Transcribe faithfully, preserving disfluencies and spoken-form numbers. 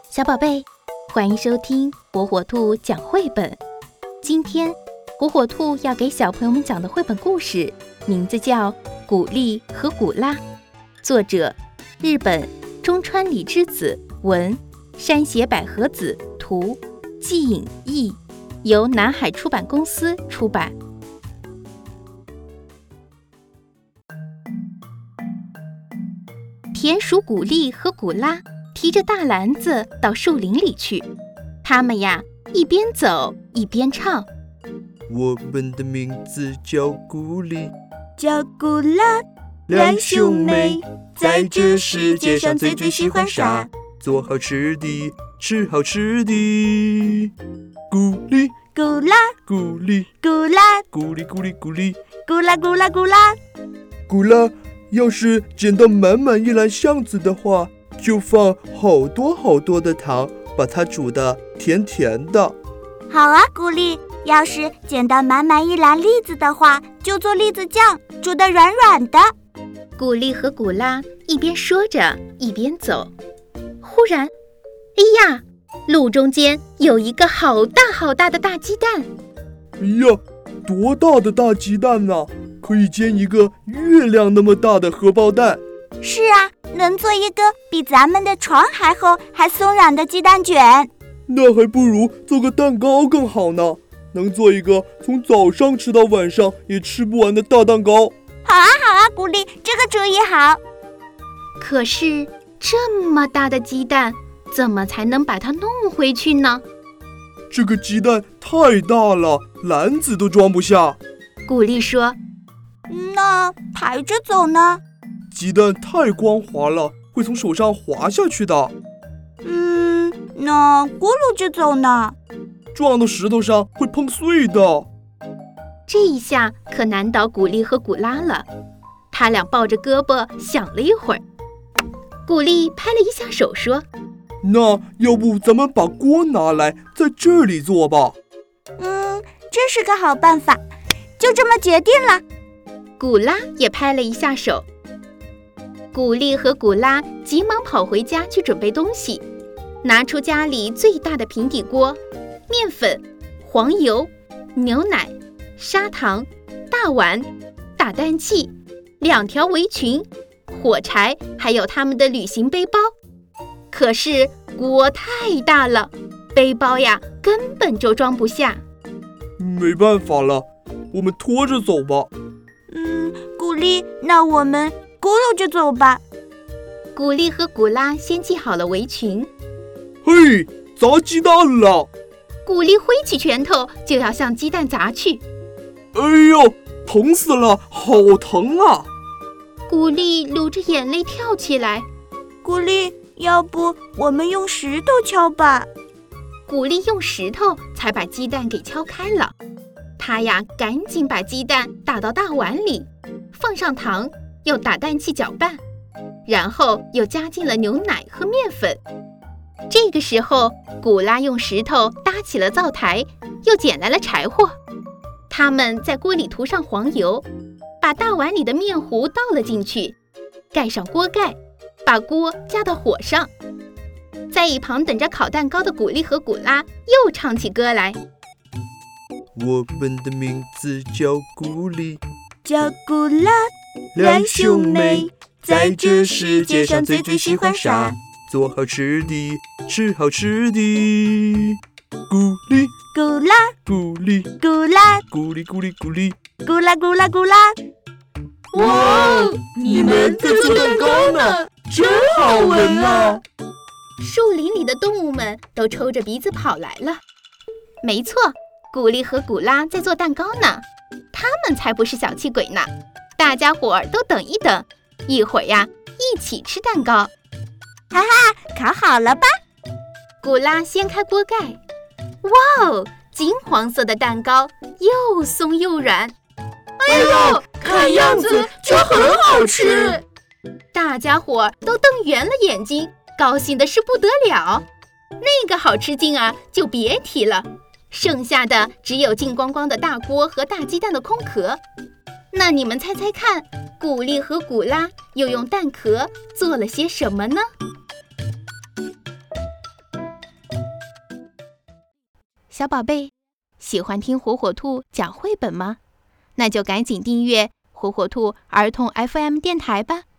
小宝贝，欢迎收听火火兔讲绘本。今天火火兔要给小朋友们讲的绘本故事名字叫《古丽和古拉》，作者日本中川里之子文，山胁百合子图，季影译，由南海出版公司出版。田鼠古丽和古拉提着大篮子到树林里去，他们呀一边走一边唱： 我们的名字叫古丽， 叫古拉，两兄妹在这世界上最最喜欢啥？ 做好吃的，吃好吃的。古丽， 古拉， 古丽， 古拉， 古丽，古丽，古丽， 古拉，古拉，古拉， 古拉。要是捡到满满一篮橡子的话，就放好多好多的糖，把它煮得甜甜的。 好啊，古丽。要是捡到满满一篮栗子的话，就做栗子酱，煮得软软的。 古丽和古拉一边说着一边走，忽然，哎呀，路中间有一个好大好大的大鸡蛋。 哎呀，多大的大鸡蛋呢？可以煎一个月亮那么大的荷包蛋。 是啊，能做一个比咱们的床还厚还松软的鸡蛋卷。 那还不如做个蛋糕更好呢，能做一个从早上吃到晚上也吃不完的大蛋糕。 好啊好啊，古丽，这个主意好。 可是这么大的鸡蛋，怎么才能把它弄回去呢？ 这个鸡蛋太大了，篮子都装不下。 古丽说： 那抬着走呢？ 鸡蛋太光滑了，会从手上滑下去的。 嗯，那咕噜着走呢？ 撞到石头上会碰碎的。 这一下可难倒古丽和古拉了，他俩抱着胳膊想了一会儿。古丽拍了一下手说： 那要不咱们把锅拿来，在这里做吧。 嗯，这是个好办法，就这么决定了。 古拉也拍了一下手。古丽和古拉急忙跑回家去准备东西，拿出家里最大的平底锅，面粉、黄油、牛奶、砂糖、大碗、打蛋器、两条围裙、火柴，还有他们的旅行背包。可是锅太大了，背包呀根本就装不下。 没办法了，我们拖着走吧。 嗯，古丽，那我们咕噜着走吧。 古丽和古拉先系好了围裙。 嘿，砸鸡蛋了！ 古丽挥起拳头就要向鸡蛋砸去。 哎呦，疼死了，好疼啊！ 古丽流着眼泪跳起来。 古丽，要不我们用石头敲吧？ 古丽用石头才把鸡蛋给敲开了。他呀赶紧把鸡蛋打到大碗里，放上糖，用打蛋器搅拌，然后又加进了牛奶和面粉。这个时候，古拉用石头搭起了灶台，又捡来了柴火。他们在锅里涂上黄油，把大碗里的面糊倒了进去，盖上锅盖，把锅架到火上。在一旁等着烤蛋糕的古丽和古拉又唱起歌来： 我们的名字叫古丽， 叫古拉，两兄妹在这世界上最最喜欢啥？ 做好吃的，吃好吃的。古丽， 古拉， 古丽， 古拉， 古丽，古丽，古丽， 古拉，古拉，古拉。 哇，你们在做蛋糕呢，真好闻啊！ 树林里的动物们都抽着鼻子跑来了。没错，古丽和古拉在做蛋糕呢，他们才不是小气鬼呢。大家伙儿都等一等，一会儿呀一起吃蛋糕。 哈哈，烤好了吧？ 古拉掀开锅盖，哇哦，金黄色的蛋糕又松又软。 哎呦，看样子就很好吃。 大家伙儿都瞪圆了眼睛，高兴的是不得了。那个好吃劲啊，就别提了。剩下的只有净光光的大锅和大鸡蛋的空壳。那你们猜猜看，古丽和古拉又用蛋壳做了些什么呢？ 小宝贝，喜欢听火火兔讲绘本吗？那就赶紧订阅火火兔儿童 F M 电台吧。